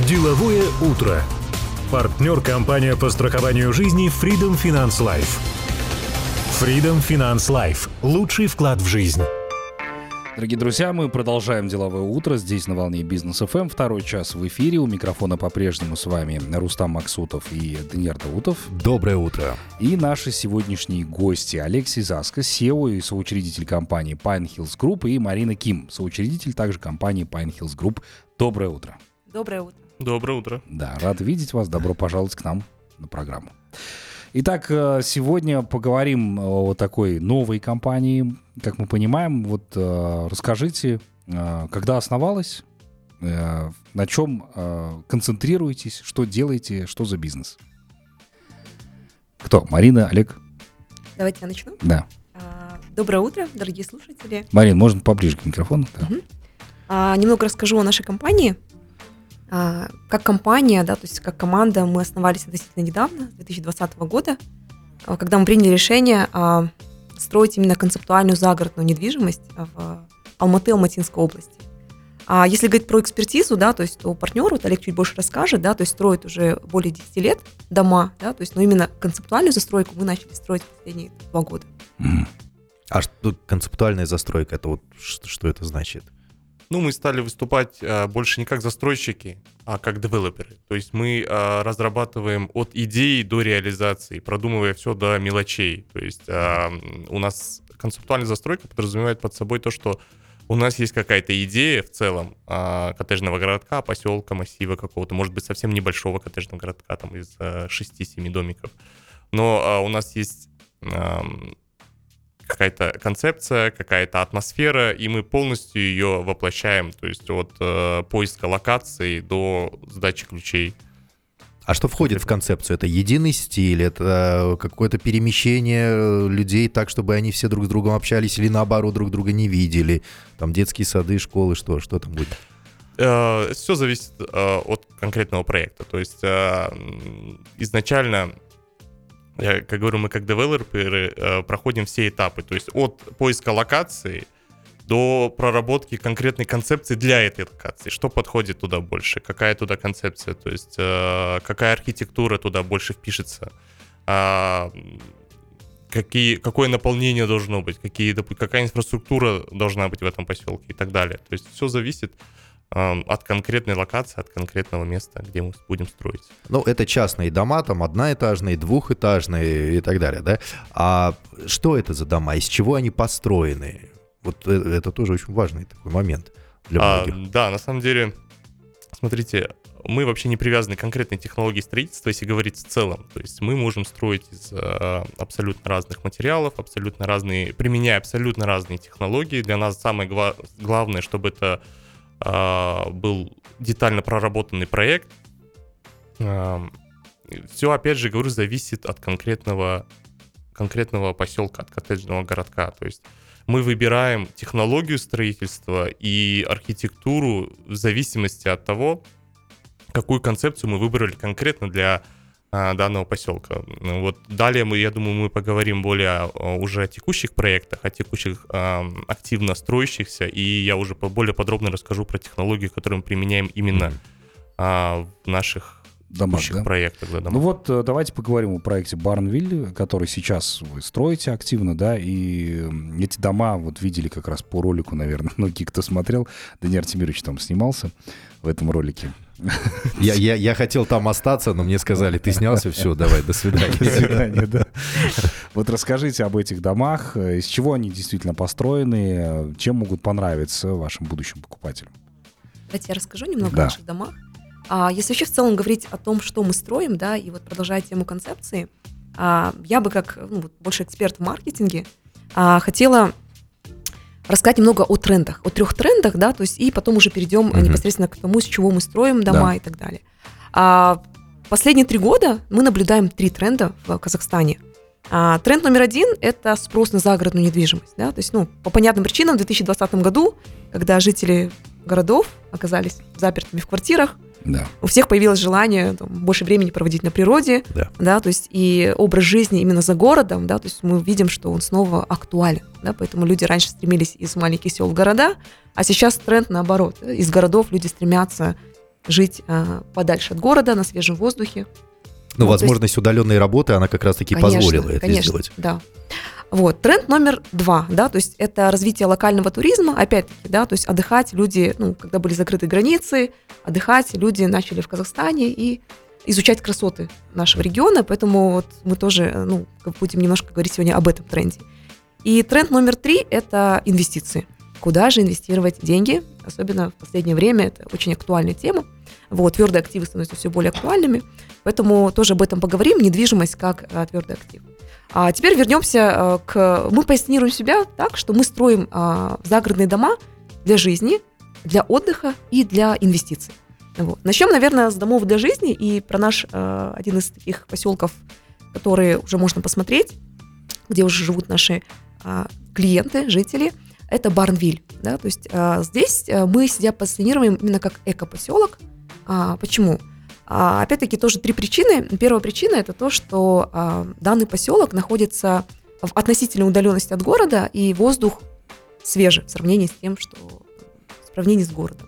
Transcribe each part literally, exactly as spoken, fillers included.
Деловое утро. Партнер компания по страхованию жизни Freedom Finance Life. Freedom Finance Life. Лучший вклад в жизнь. Дорогие друзья, мы продолжаем деловое утро здесь на волне Бизнес эф эм. Второй час в эфире. У микрофона по-прежнему с вами Рустам Максутов и Даниил Даутов. Доброе утро. И наши сегодняшние гости: Алексей Заска, си и о и соучредитель компании Pine Hills Group, и Марина Ким, соучредитель также компании Pine Hills Group. Доброе утро. Доброе утро. Доброе утро. Да, рад видеть вас. Добро пожаловать к нам на программу. Итак, сегодня поговорим о такой новой компании. Как мы понимаем, вот расскажите, когда основалась, на чем концентрируетесь, что делаете, что за бизнес? Кто? Марина, Олег? Давайте я начну. Да. Доброе утро, дорогие слушатели. Марин, можно поближе к микрофону? Да. Угу. А, немного расскажу о нашей компании. А, как компания, да, то есть как команда, мы основались относительно недавно, с две тысячи двадцатого года, когда мы приняли решение а, строить именно концептуальную загородную недвижимость в Алматы, Алматинской области. А если говорить про экспертизу, да, то есть то партнер, вот Олег чуть больше расскажет, да, то есть строит уже более десять лет дома, да, то есть, но именно концептуальную застройку мы начали строить в последние два года. Mm. А что концептуальная застройка, это вот что, что это значит? Ну, мы стали выступать а, больше не как застройщики, а как девелоперы. То есть мы а, разрабатываем от идеи до реализации, продумывая все до мелочей. То есть а, у нас концептуальная застройка подразумевает под собой то, что у нас есть какая-то идея в целом а, коттеджного городка, поселка, массива какого-то, может быть, совсем небольшого коттеджного городка, там из а, шести-семи домиков. Но а, у нас есть а, какая-то концепция, какая-то атмосфера, и мы полностью ее воплощаем, то есть от э, поиска локаций до сдачи ключей. А что входит в концепцию? Это единый стиль, это какое-то перемещение людей так, чтобы они все друг с другом общались или наоборот друг друга не видели? Там детские сады, школы, что, что там будет? Э, все зависит э, от конкретного проекта. То есть э, изначально, я, как говорю, мы как девелоперы э, проходим все этапы. То есть от поиска локации до проработки конкретной концепции для этой локации. Что подходит туда больше? Какая туда концепция? То есть э, какая архитектура туда больше впишется? Э, какие, какое наполнение должно быть? Какие, какая инфраструктура должна быть в этом поселке и так далее. То есть все зависит э, от конкретной локации, от конкретного места, где мы будем строить. Ну, это частные дома, там одноэтажные, двухэтажные и так далее, да? А что это за дома? Из чего они построены? Вот это тоже очень важный такой момент для многих. А, да, на самом деле, смотрите, мы вообще не привязаны к конкретной технологии строительства, если говорить в целом. То есть мы можем строить из а, абсолютно разных материалов, абсолютно разные, применяя абсолютно разные технологии. Для нас самое гла- главное, чтобы это а, был детально проработанный проект. А, все, опять же, говорю, зависит от конкретного, конкретного поселка, от коттеджного городка. То есть мы выбираем технологию строительства и архитектуру в зависимости от того, какую концепцию мы выбрали конкретно для а, данного поселка. Вот далее, мы, я думаю, мы поговорим более а, уже о текущих проектах, о текущих а, активно строящихся, и я уже более подробно расскажу про технологию, которую мы применяем именно а, в наших домах, да? проектах. Да, ну вот давайте поговорим о проекте Барнвилл, который сейчас вы строите активно, да, и эти дома вот видели как раз по ролику, наверное, многие, кто смотрел, Даниил Артемирович там снимался в этом ролике. Я, я, я хотел там остаться, но мне сказали, ты снялся, все, давай, до свидания. До свидания, да. Вот расскажите об этих домах, из чего они действительно построены, чем могут понравиться вашим будущим покупателям. Давайте я расскажу немного да. о наших домах. А, если вообще в целом говорить о том, что мы строим, да, и вот продолжая тему концепции, а, я бы как ну, больше эксперт в маркетинге а, хотела рассказать немного о трендах, о трех трендах, да, то есть и потом уже перейдем mm-hmm. непосредственно к тому, с чего мы строим дома да. и так далее. А, последние три года мы наблюдаем три тренда в Казахстане. А, тренд номер один – это спрос на загородную недвижимость, да, то есть, ну, по понятным причинам в две тысячи двадцатом году, когда жители городов оказались запертыми в квартирах, да. у всех появилось желание там, больше времени проводить на природе, да. Да, то есть и образ жизни именно за городом, да, то есть мы видим, что он снова актуален, да, поэтому люди раньше стремились из маленьких сел в города, а сейчас тренд наоборот, из городов люди стремятся жить а, подальше от города, на свежем воздухе. Ну, вот, возможность есть... удаленной работы, она как раз-таки конечно, позволила это конечно, сделать. Да. Вот, тренд номер два, да, то есть это развитие локального туризма, опять-таки, да, то есть отдыхать люди, ну, когда были закрыты границы, отдыхать люди начали в Казахстане и изучать красоты нашего региона, поэтому вот мы тоже, ну, будем немножко говорить сегодня об этом тренде. И тренд номер три – это инвестиции. Куда же инвестировать деньги? Особенно в последнее время это очень актуальная тема. Вот, твердые активы становятся все более актуальными, поэтому тоже об этом поговорим, недвижимость как а, твердый актив. А теперь вернемся а, к... Мы позиционируем себя так, что мы строим а, загородные дома для жизни, для отдыха и для инвестиций. Вот. Начнем, наверное, с домов для жизни, и про наш а, один из таких поселков, которые уже можно посмотреть, где уже живут наши а, клиенты, жители, это Барнвиль. Да? То есть а, здесь а, мы себя позиционируем именно как эко-поселок. А, почему? А, опять-таки тоже три причины. Первая причина – это то, что а, данный поселок находится в относительной удаленности от города, и воздух свежий в сравнении с тем, что в сравнении с городом.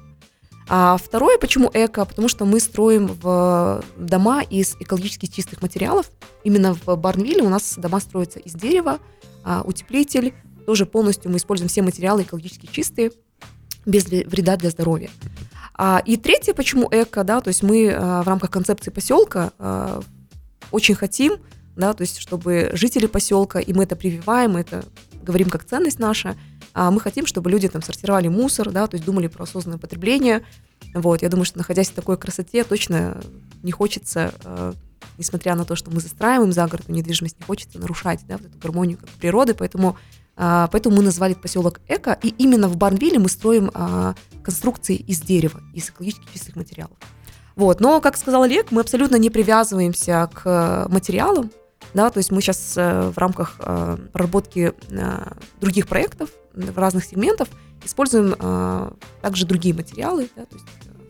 А второе, почему эко? Потому что мы строим в дома из экологически чистых материалов. Именно в Барнвилле у нас дома строятся из дерева, а, утеплитель. Тоже полностью мы используем все материалы экологически чистые, без вреда для здоровья. А, и третье, почему эко, да, то есть мы а, в рамках концепции поселка а, очень хотим, да, то есть чтобы жители поселка, и мы это прививаем, мы это говорим как ценность наша, а мы хотим, чтобы люди там сортировали мусор, да, то есть думали про осознанное потребление. Вот, я думаю, что находясь в такой красоте, точно не хочется, а, несмотря на то, что мы застраиваем загородную недвижимость, не хочется нарушать, да, вот эту гармонию как природы, поэтому А, поэтому мы назвали поселок эко, и именно в Барнвилле мы строим а, конструкции из дерева, из экологически чистых материалов. Вот. Но, как сказал Олег, мы абсолютно не привязываемся к материалам, да, то есть мы сейчас а, в рамках а, проработки а, других проектов в разных сегментах используем а, также другие материалы, да, то есть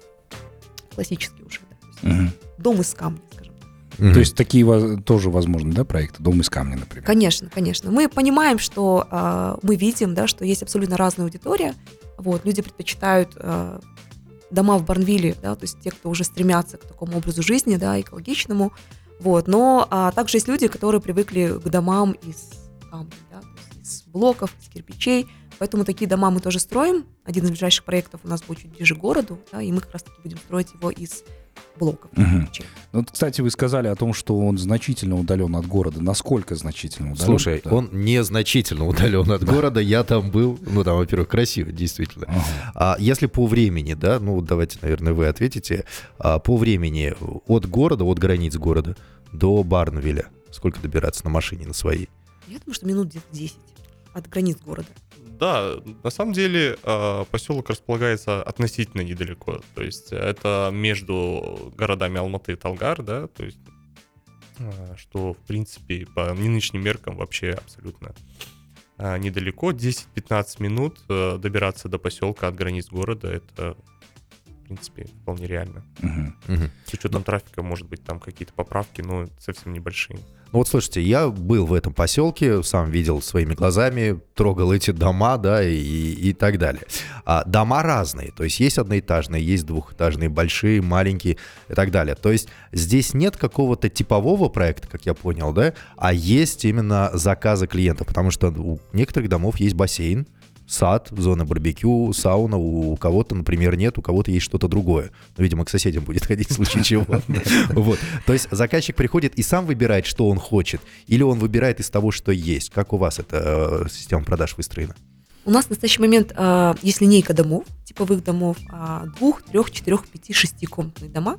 а, классические уже, да, то есть, угу. Дом из камня, скажем. Mm-hmm. То есть такие тоже возможны, да, проекты? Дом из камня, например? Конечно, конечно. Мы понимаем, что э, мы видим, да, что есть абсолютно разная аудитория. Вот, люди предпочитают э, дома в Барнвилле, да, то есть те, кто уже стремятся к такому образу жизни, да, экологичному. Вот, но а, также есть люди, которые привыкли к домам из камня, да, то есть из блоков, из кирпичей. Поэтому такие дома мы тоже строим. Один из ближайших проектов у нас будет чуть ближе к городу, да, и мы как раз-таки будем строить его из блоков. Угу. Ну, кстати, вы сказали о том, что он значительно удален от города. Насколько значительно удален? Слушай, да. он незначительно удален от да. города. Я там был. Ну, там, во-первых, красиво, действительно. Ага. А если по времени, да, ну, давайте, наверное, вы ответите. А, по времени от города, от границ города до Барнвилля сколько добираться на машине, на своей? Я думаю, что минут где-то десять от границ города. Да, на самом деле поселок располагается относительно недалеко. То есть это между городами Алматы и Талгар, да, то есть что, в принципе, по нынешним меркам вообще абсолютно недалеко. десять-пятнадцать минут добираться до поселка от границ города — это, в принципе, вполне реально. Угу. Угу. С учетом трафика, может быть, там какие-то поправки, но совсем небольшие. Ну вот, слушайте, я был в этом поселке, сам видел своими глазами, трогал эти дома, да, и, и так далее. А, дома разные, то есть есть одноэтажные, есть двухэтажные, большие, маленькие и так далее. То есть здесь нет какого-то типового проекта, как я понял, да, а есть именно заказы клиента, потому что у некоторых домов есть бассейн, сад, зона барбекю, сауна, у кого-то, например, нет, у кого-то есть что-то другое. Ну, видимо, к соседям будет ходить в случае чего. Вот. То есть заказчик приходит и сам выбирает, что он хочет, или он выбирает из того, что есть. Как у вас эта система продаж выстроена? У нас в настоящий момент э, есть линейка домов, типовых домов, э, двух, трех, четырех, пяти, шестикомнатные дома.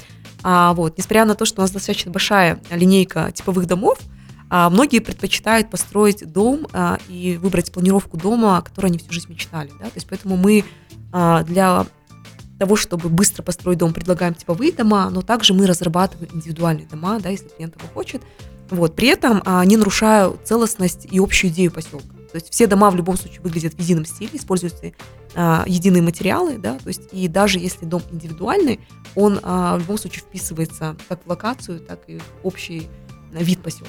А, вот, несмотря на то, что у нас достаточно большая линейка типовых домов, а, многие предпочитают построить дом а, и выбрать планировку дома, о которой они всю жизнь мечтали. Да? То есть поэтому мы а, для того, чтобы быстро построить дом, предлагаем типовые дома, но также мы разрабатываем индивидуальные дома, да, если клиент его хочет. Вот, при этом а, не нарушая целостность и общую идею поселка. То есть все дома в любом случае выглядят в едином стиле, используются а, единые материалы, да, то есть и даже если дом индивидуальный, он а, в любом случае вписывается как в локацию, так и в общий а, вид поселка.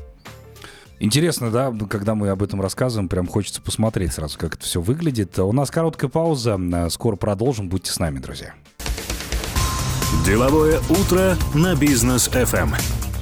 Интересно, да, когда мы об этом рассказываем, прям хочется посмотреть сразу, как это все выглядит. У нас короткая пауза, скоро продолжим, будьте с нами, друзья. Деловое утро на Бизнес эф эм.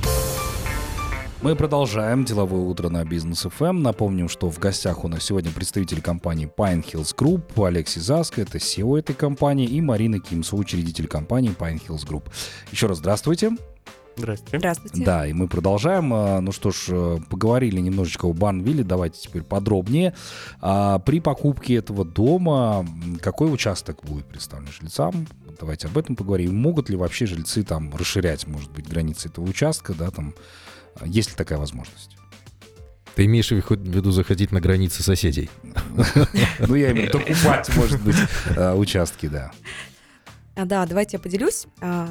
Мы продолжаем деловое утро на Бизнес эф эм. Напомним, что в гостях у нас сегодня представитель компании Pine Hills Group, Алексей Заско, это си и о этой компании, и Марина Ким, соучредитель компании Pine Hills Group. Еще раз здравствуйте. Здравствуйте. Здравствуйте. Да, и мы продолжаем. Ну что ж, поговорили немножечко о Барнвилле, давайте теперь подробнее. При покупке этого дома какой участок будет представлен жильцам? Давайте об этом поговорим. Могут ли вообще жильцы там расширять, может быть, границы этого участка, да, там, есть ли такая возможность? Ты имеешь в виду заходить на границы соседей? Ну, я имею в виду покупать, может быть, участки, да. Да, давайте я поделюсь.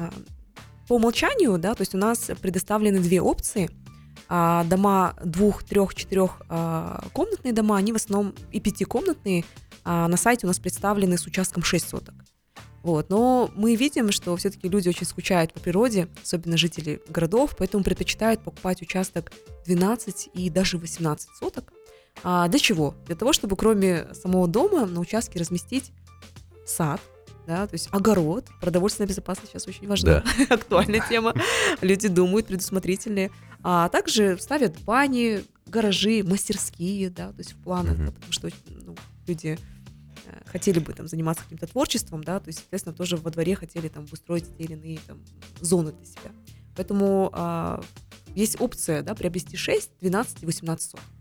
По умолчанию, да, то есть у нас предоставлены две опции. А, дома двух, трех, четырех а, комнатные дома, они в основном и пятикомнатные, а на сайте у нас представлены с участком шесть соток. Вот. Но мы видим, что все-таки люди очень скучают по природе, особенно жители городов, поэтому предпочитают покупать участок двенадцать и даже восемнадцать соток. А для чего? Для того, чтобы кроме самого дома на участке разместить сад, да, то есть огород, продовольственная безопасность сейчас очень важна, да. Актуальная тема. Люди думают, предусмотрительные. А также ставят бани, гаражи, мастерские, да, то есть в планах, mm-hmm. да, потому что ну, люди хотели бы там заниматься каким-то творчеством, да, то есть, соответственно, тоже во дворе хотели там устроить те или иные там зоны для себя. Поэтому а, есть опция, да, приобрести шесть, двенадцать и восемнадцать соток.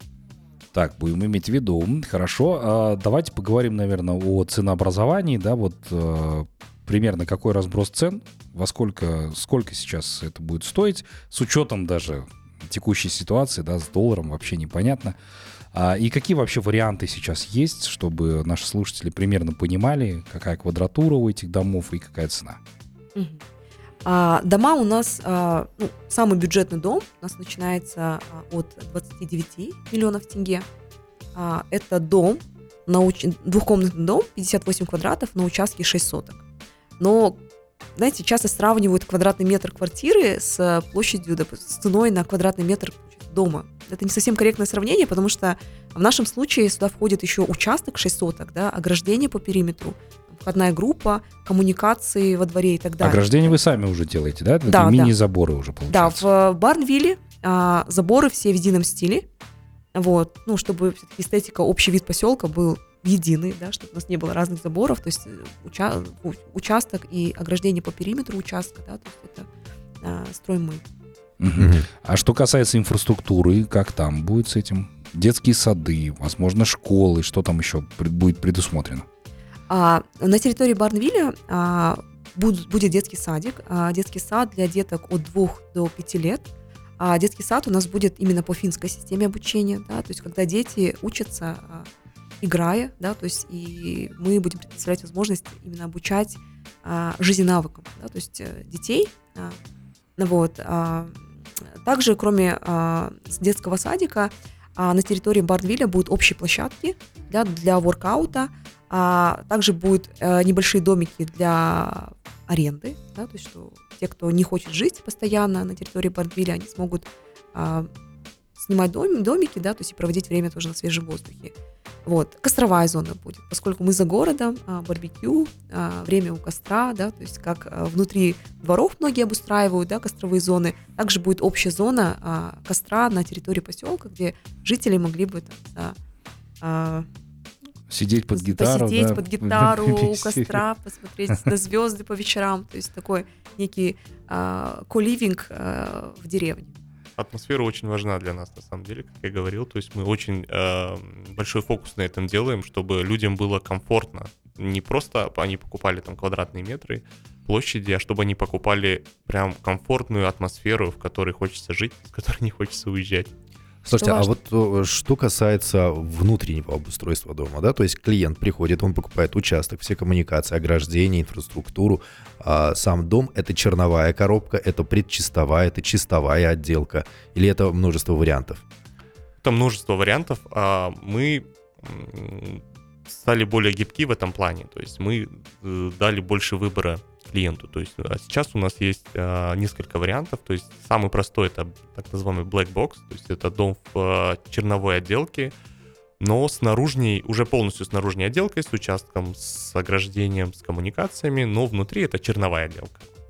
Так, будем иметь в виду. Хорошо. А, давайте поговорим, наверное, о ценообразовании, да, вот а, примерно какой разброс цен, во сколько, сколько сейчас это будет стоить, с учетом даже текущей ситуации, да, с долларом вообще непонятно. А, и какие вообще варианты сейчас есть, чтобы наши слушатели примерно понимали, какая квадратура у этих домов и какая цена? Угу. А, дома у нас, а, ну, самый бюджетный дом у нас начинается а, от двадцать девять миллионов тенге. А, это дом, на уч... двухкомнатный дом, пятьдесят восемь квадратов на участке шесть соток. Но, знаете, часто сравнивают квадратный метр квартиры с площадью, с ценой на квадратный метр дома. Это не совсем корректное сравнение, потому что в нашем случае сюда входит еще участок шесть соток, да, ограждение по периметру, входная группа, коммуникации во дворе и так далее. Ограждение вы сами уже делаете, да? Это да, мини-заборы да. уже получаются. Да, в Барнвилле а, заборы все в едином стиле, вот, ну, чтобы все-таки эстетика, общий вид поселка был единый, да, чтобы у нас не было разных заборов, то есть уча- участок и ограждение по периметру участка, да, то есть это а, строим мы. Угу. А что касается инфраструктуры, как там будет с этим? Детские сады, возможно, школы, что там еще будет предусмотрено? А, на территории Барнвилля а, будет, будет детский садик, а, детский сад для деток от двух до пяти лет. А детский сад у нас будет именно по финской системе обучения, да, то есть когда дети учатся, а, играя, да, то есть и мы будем предоставлять возможность именно обучать а, жизненавыкам, да, то есть детей. А, вот. А, также, кроме а, детского садика, а, на территории Барнвилля будут общие площадки для, для воркаута. А также будут а, небольшие домики для аренды, да, то есть что те, кто не хочет жить постоянно на территории Барнвилля, они смогут а, снимать дом, домики, да, то есть и проводить время тоже на свежем воздухе. Вот. Костровая зона будет, поскольку мы за городом, а, барбекю, а, время у костра, да, то есть как а, внутри дворов многие обустраивают, да, костровые зоны, также будет общая зона а, костра на территории поселка, где жители могли бы там, да, а, сидеть под гитару, посидеть да, под гитару у костра, посмотреть на звезды по вечерам, то есть такой некий а, ко-ливинг а, в деревне. Атмосфера очень важна для нас, на самом деле, как я говорил. То есть мы очень э, большой фокус на этом делаем, чтобы людям было комфортно. Не просто они покупали там квадратные метры площади, а чтобы они покупали прям комфортную атмосферу, в которой хочется жить, с которой не хочется уезжать. Слушайте, а вот что касается внутреннего обустройства дома, да, то есть клиент приходит, он покупает участок, все коммуникации, ограждение, инфраструктуру, а сам дом — это черновая коробка, это предчистовая, это чистовая отделка, или это множество вариантов? Это множество вариантов, а мы стали более гибки в этом плане, то есть мы дали больше выбора клиенту. То есть сейчас у нас есть а, несколько вариантов. То есть самый простой — это так называемый black box, то есть это дом в а, черновой отделке, но с наружней, уже полностью с наружней отделкой, с участком, с ограждением, с коммуникациями, но внутри это черновая отделка.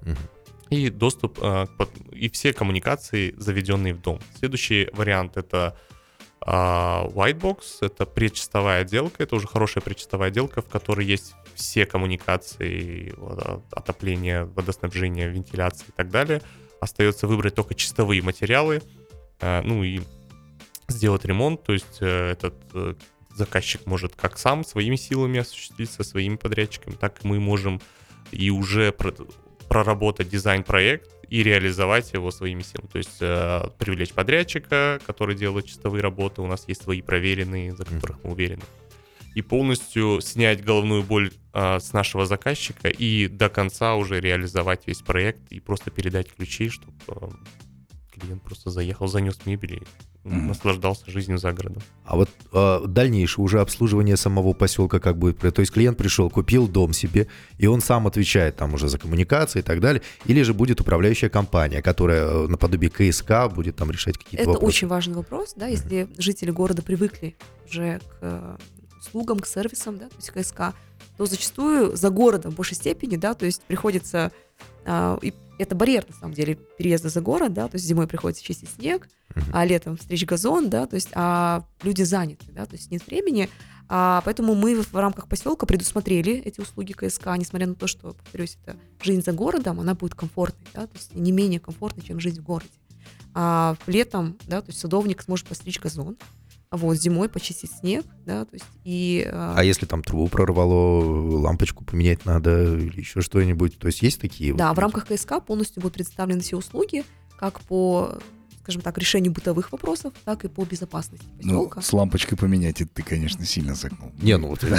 Мгм. и доступ, а, к под- и все коммуникации, заведенные в дом. Следующий вариант — это а, Whitebox, это предчистовая отделка, это уже хорошая предчистовая отделка, в которой есть все коммуникации, водо- отопление, водоснабжение, вентиляция и так далее. Остается выбрать только чистовые материалы, а, ну и сделать ремонт, то есть э, этот э, заказчик может как сам своими силами осуществить со своими подрядчиками, так и мы можем и уже про- проработать дизайн-проект и реализовать его своими силами. То есть э, привлечь подрядчика, который делает чистовые работы, у нас есть свои проверенные, за которых мы уверены, и полностью снять головную боль э, с нашего заказчика и до конца уже реализовать весь проект и просто передать ключи, чтобы э, клиент просто заехал, занес мебель и Мгм. наслаждался жизнью за городом. А вот э, дальнейшее уже обслуживание самого поселка как будет? То есть клиент пришел, купил дом себе, и он сам отвечает там уже за коммуникации и так далее, или же будет управляющая компания, которая э, наподобие КСК будет там решать какие-то Это вопросы? очень важный вопрос, да, если жители города привыкли уже к э, услугам, к сервисам, да, то есть КСК, то зачастую за городом в большей степени, да, то есть приходится, а, и это барьер, на самом деле, переезда за город, да, то есть зимой приходится чистить снег, Мгм. а летом стричь газон, да, то есть, а люди заняты, да, то есть нет времени, а, поэтому мы в рамках поселка предусмотрели эти услуги КСК, несмотря на то, что, повторюсь, это жизнь за городом, она будет комфортной, да, то есть не менее комфортной, чем жизнь в городе. А летом, да, то есть садовник сможет постричь газон, а вот зимой почистить снег, да, то есть и... а, А если там трубу прорвало, лампочку поменять надо или еще что-нибудь? То есть есть такие? Да, вот в рамках КСК полностью будут представлены все услуги, как по, скажем так, решению бытовых вопросов, так и по безопасности Ну, поселка. с лампочкой поменять, это ты, конечно, сильно загнул. Не, ну вот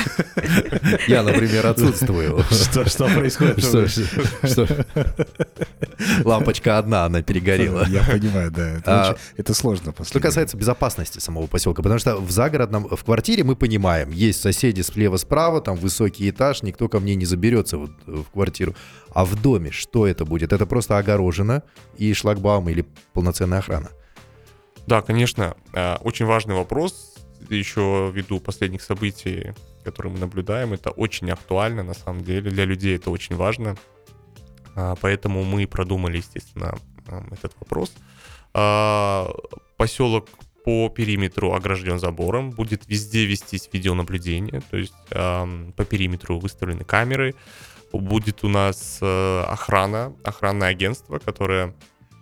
я, например, отсутствую. Что, что происходит? Что- что- Лампочка одна, она перегорела. Я понимаю, да. Это, А, очень- это сложно. Что последнее. касается безопасности самого поселка, потому что в загородном, в квартире мы понимаем, есть соседи слева-справа, там высокий этаж, никто ко мне не заберется вот в квартиру. А в доме что это будет? Это просто огорожено и шлагбаум или полноценная охрана? Да, конечно, э, очень важный вопрос, еще ввиду последних событий, которые мы наблюдаем, это очень актуально на самом деле, для людей это очень важно, А, поэтому мы продумали, естественно, э, этот вопрос. А, Поселок по периметру огражден забором, будет везде вестись видеонаблюдение, то есть ам, по периметру выставлены камеры, будет у нас э, охрана, охранное агентство, которое...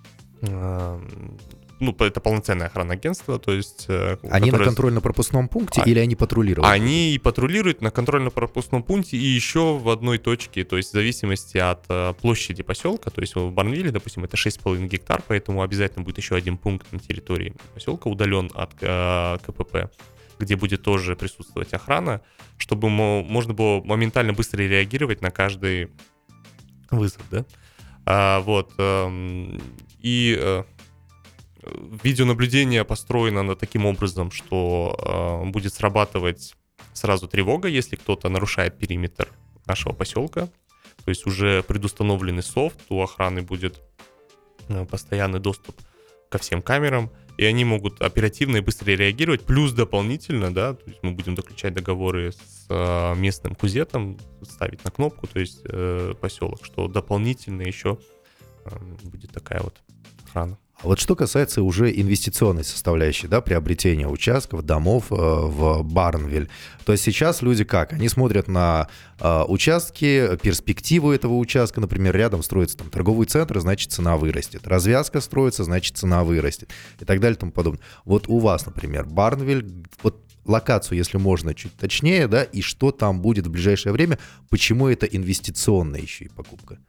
э, Ну, это полноценное охранное агентство, то есть... э, Они на которое- контрольно-пропускном пункте А- или они патрулируют? Они и патрулируют на контрольно-пропускном пункте и еще в одной точке, то есть в зависимости от э, площади поселка, то есть в Барнвилле, допустим, это шесть с половиной гектар, поэтому обязательно будет еще один пункт на территории поселка, удален от э, КПП, где будет тоже присутствовать охрана, чтобы мо- можно было моментально быстро реагировать на каждый вызов, да. А, вот. эм, и э, видеонаблюдение построено на таким образом, что э, будет срабатывать сразу тревога, если кто-то нарушает периметр нашего поселка. То есть уже предустановленный софт, у охраны будет э, постоянный доступ ко всем камерам, и они могут оперативно и быстро реагировать. Плюс дополнительно, да, то есть мы будем заключать договоры с э, местным кузетом, ставить на кнопку, то есть э, поселок, что дополнительно еще э, будет такая вот охрана. А вот что касается уже инвестиционной составляющей, да, приобретения участков, домов э, в Барнвиль, то есть сейчас люди как? Они смотрят на э, участки, перспективу этого участка, например, рядом строится там торговый центр, значит, цена вырастет. Развязка строится, значит, цена вырастет. И так далее и тому подобное. Вот у вас, например, Барнвиль, вот локацию, если можно, чуть точнее, да, и что там будет в ближайшее время, почему это инвестиционная еще и покупка?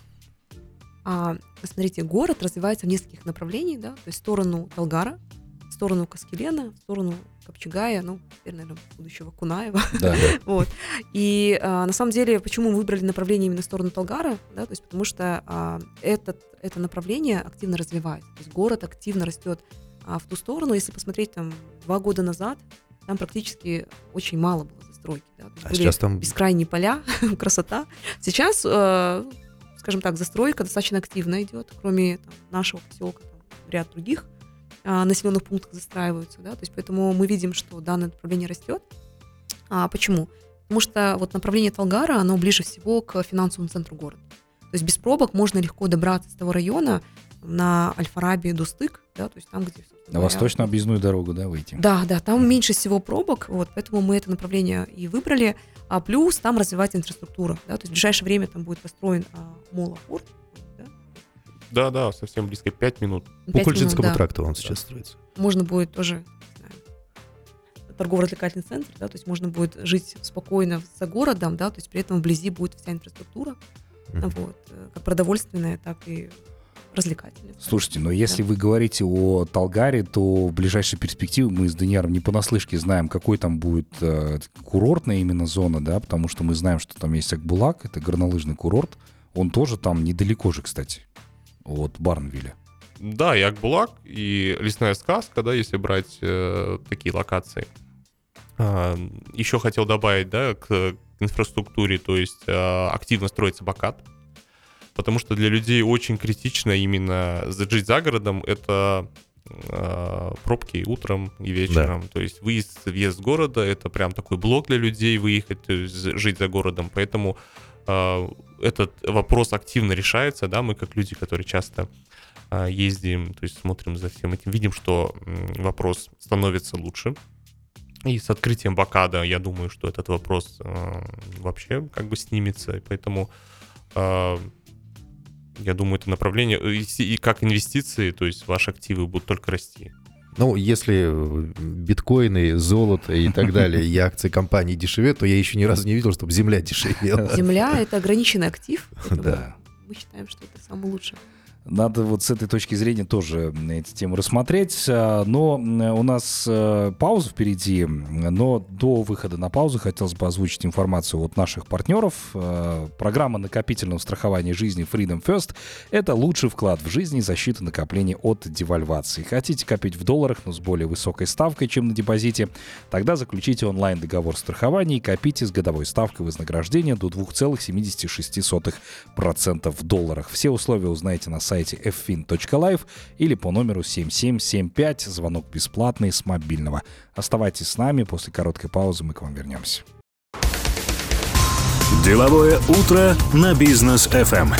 А, смотрите, город развивается в нескольких направлениях, да, то есть в сторону Талгара, в сторону Каскелена, в сторону Копчегая, ну, теперь, наверное, будущего Кунаева. Да, Вот. И а, на самом деле, почему мы выбрали направление именно в сторону Талгара, да, то есть потому что а, этот, это направление активно развивается, то есть город активно растет а, в ту сторону. Если посмотреть там два года назад, там практически очень мало было застройки, да, то есть А были сейчас там... бескрайние поля, красота. Сейчас, э, скажем так, застройка достаточно активно идет, кроме там, нашего поселка, там, ряд других э, населенных пунктов застраиваются, да, то есть поэтому мы видим, что данное направление растет. А почему? Потому что вот направление Талгара, оно ближе всего к финансовому центру города. То есть без пробок можно легко добраться с того района на Аль-Фараби до Стык, да, то есть там, где... На восточную объездную дорогу, да, выйти? Да, да, там меньше всего пробок, вот, поэтому мы это направление и выбрали. А плюс там развивается инфраструктура, да, то есть в ближайшее время там будет построен а, молл-порт. Да? Да, да, совсем близко, пять минут. По Кульчинскому да. тракту он сейчас строится. Можно будет тоже, не знаю, торгово-развлекательный центр, да, то есть можно будет жить спокойно за городом, да, то есть при этом вблизи будет вся инфраструктура, Мгм. вот, как продовольственная, так и развлекательная. Слушайте, но если Да. вы говорите о Талгаре, то в ближайшей перспективе мы с Данияром не понаслышке знаем, какой там будет э, курортная именно зона, да, потому что мы знаем, что там есть Акбулак, это горнолыжный курорт, он тоже там недалеко же, кстати, от Барнвилля. Да, и Акбулак, и Лесная сказка, да, если брать э, такие локации. А, еще хотел добавить, да, к инфраструктуре, то есть э, активно строится Бакат, потому что для людей очень критично именно жить за городом, это э, пробки утром и вечером, то есть выезд, въезд города, это прям такой блок для людей выехать, то есть жить за городом, поэтому э, этот вопрос активно решается, да, мы как люди, которые часто э, ездим, то есть смотрим за всем этим, видим, что м, вопрос становится лучше. И с открытием Бакада, я думаю, что этот вопрос э, вообще как бы снимется, и поэтому э, я думаю, это направление, и, и как инвестиции, то есть ваши активы будут только расти. Ну, если биткоины, золото и так далее, и акции компании дешевеют, то я еще ни разу не видел, чтобы земля дешевела. Земля — это ограниченный актив, поэтому Да. мы считаем, что это самое лучшее. Надо вот с этой точки зрения тоже эти темы рассмотреть. А, Но у нас э, пауза впереди. Но до выхода на паузу хотелось бы озвучить информацию от наших партнеров. Э, Программа накопительного страхования жизни Freedom First — это лучший вклад в жизнь и защита накоплений от девальвации. Хотите копить в долларах, но с более высокой ставкой, чем на депозите? Тогда заключите онлайн-договор страхования и копите с годовой ставкой вознаграждения до два целых семьдесят шесть сотых процента в долларах. Все условия узнаете на сайте эф фин точка лайф или по номеру семь семь семь пять. Звонок бесплатный с мобильного. Оставайтесь с нами. После короткой паузы мы к вам вернемся. Деловое утро на Бизнес эф эм.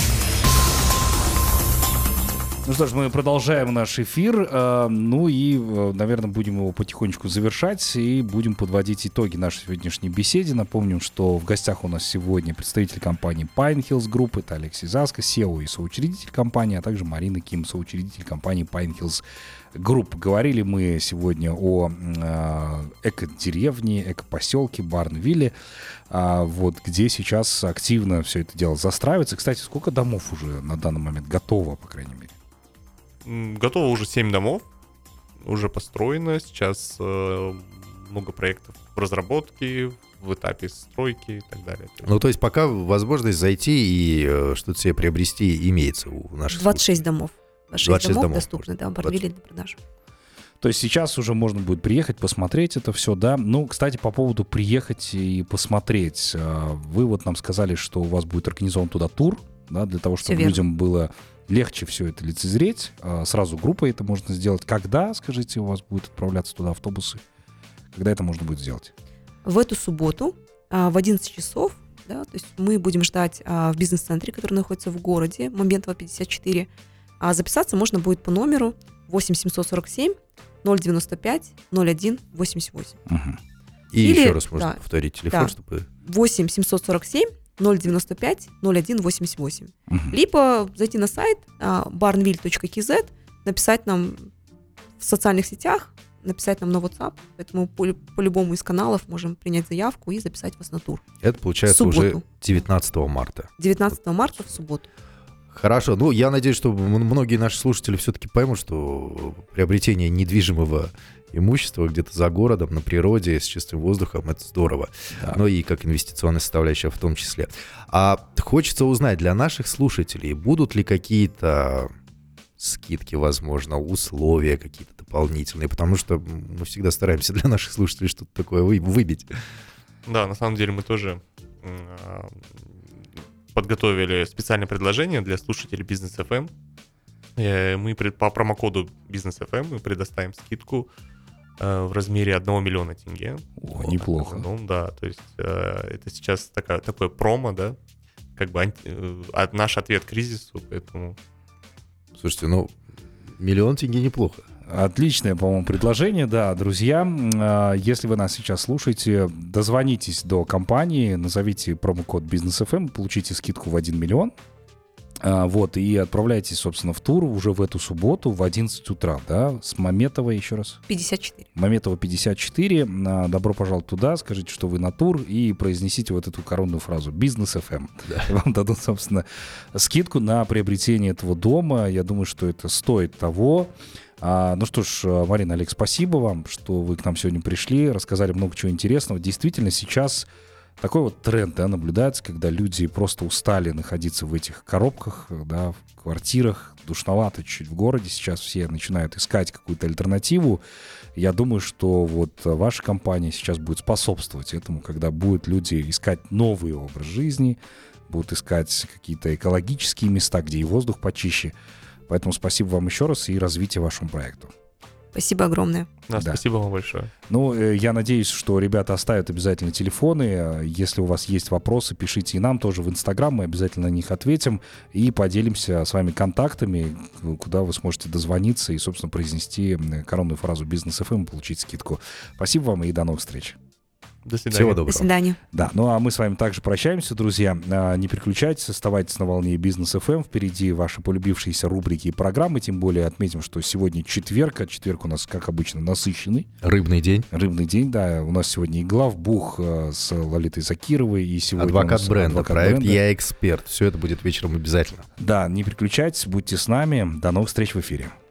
Ну что ж, мы продолжаем наш эфир. э, Ну и, э, наверное, будем его потихонечку завершать и будем подводить итоги нашей сегодняшней беседы. Напомним, что в гостях у нас сегодня представитель компании Pine Hills Group. Это Алексей Заска, си и о и соучредитель компании, а также Марина Ким, соучредитель компании Pine Hills Group. Говорили мы сегодня о э, эко-деревне, эко-поселке Барнвилле, э, вот, где сейчас активно все это дело застраивается. Кстати, сколько домов уже на данный момент готово, по крайней мере? М, Готово уже семь домов, уже построено, сейчас э, много проектов в разработке, в этапе стройки и так далее. То есть- Ну, то есть пока возможность зайти и э, что-то себе приобрести имеется у наших двадцать шесть домов. двадцать шесть двадцать шесть домов, домов доступны, да, в Барнвилле для продажи. То есть сейчас уже можно будет приехать, посмотреть это все, да. Ну, кстати, по поводу приехать и посмотреть. э, Вы вот нам сказали, что у вас будет организован туда тур, да, для того, чтобы верно. людям было легче все это лицезреть. Э, Сразу группой это можно сделать. Когда, скажите, у вас будет отправляться туда автобусы? Когда это можно будет сделать? В эту субботу а, в одиннадцать часов, да, то есть мы будем ждать а, в бизнес-центре, который находится в городе, Моментова пятьдесят четыре. А записаться можно будет по номеру восемь семьсот сорок семь ноль девяносто пять ноль один восемьдесят восемь. Мгм. И Или- еще раз можно да. повторить телефон, Да. чтобы... восемь семьсот сорок семь ноль девяносто пять ноль один восемьдесят восемь. Мгм. Либо зайти на сайт барнвилл точка кей зет, написать нам в социальных сетях, написать нам на WhatsApp, поэтому по, по любому из каналов можем принять заявку и записать вас на тур. Это получается В уже субботу. девятнадцатого марта. девятнадцатого марта в субботу. Хорошо. Ну, я надеюсь, что м- многие наши слушатели все-таки поймут, что приобретение недвижимого имущества где-то за городом, на природе, с чистым воздухом, это здорово. Да. Ну и как инвестиционная составляющая в том числе. А хочется узнать для наших слушателей, будут ли какие-то скидки, возможно, условия какие-то дополнительные, потому что мы всегда стараемся для наших слушателей что-то такое вы- выбить. Да, на самом деле мы тоже м, а, подготовили специальное предложение для слушателей Бизнес эф эм. Э, Мы пред- по промокоду Бизнес эф эм мы предоставим скидку э, в размере одного миллиона тенге. О, неплохо. Ну да, то есть э, это сейчас такая, такое промо, да, как бы анти- э, от- наш ответ к кризису, поэтому... Слушайте, ну, миллион тенге неплохо. Отличное, по-моему, предложение, да, друзья. э, Если вы нас сейчас слушаете, дозвонитесь до компании, назовите промокод бизнес эф эм, получите скидку в один миллион. А, Вот, и отправляйтесь, собственно, в тур уже в эту субботу в одиннадцать утра, да, с Маметова, еще раз. пятьдесят четыре. Маметова пятьдесят четыре. А, Добро пожаловать туда, скажите, что вы на тур, и произнесите вот эту коронную фразу «Бизнес эф эм». И вам дадут, собственно, скидку на приобретение этого дома. Я думаю, что это стоит того. А, ну что ж, Марина, Олег, спасибо вам, что вы к нам сегодня пришли, рассказали много чего интересного. Действительно, сейчас такой вот тренд, да, наблюдается, когда люди просто устали находиться в этих коробках, да, в квартирах, душновато чуть-чуть в городе. Сейчас все начинают искать какую-то альтернативу. Я думаю, что вот ваша компания сейчас будет способствовать этому, когда будут люди искать новый образ жизни, будут искать какие-то экологические места, где и воздух почище. Поэтому спасибо вам еще раз и развития вашему проекту. Спасибо огромное. Да, Да. спасибо вам большое. Ну, э, я надеюсь, что ребята оставят обязательно телефоны. Э, Если у вас есть вопросы, пишите и нам тоже в Инстаграм, мы обязательно на них ответим и поделимся с вами контактами, к- куда вы сможете дозвониться и, собственно, произнести м, коронную фразу «Бизнес эф эм» и получить скидку. Спасибо вам и до новых встреч. До свидания. Всего До доброго. свидания. Да, ну а мы с вами также прощаемся, друзья. А, Не переключайтесь, оставайтесь на волне Бизнес эф эм. Впереди ваши полюбившиеся рубрики и программы. Тем более отметим, что сегодня четверг, а четверг у нас, как обычно, насыщенный. Рыбный день. Рыбный день, да. У нас сегодня и главбух э, с Лолитой Закировой, и сегодня у Адвокат нас бренда. адвокат Проект бренда. «Я эксперт». Все это будет вечером обязательно. Да, не переключайтесь, будьте с нами. До новых встреч в эфире.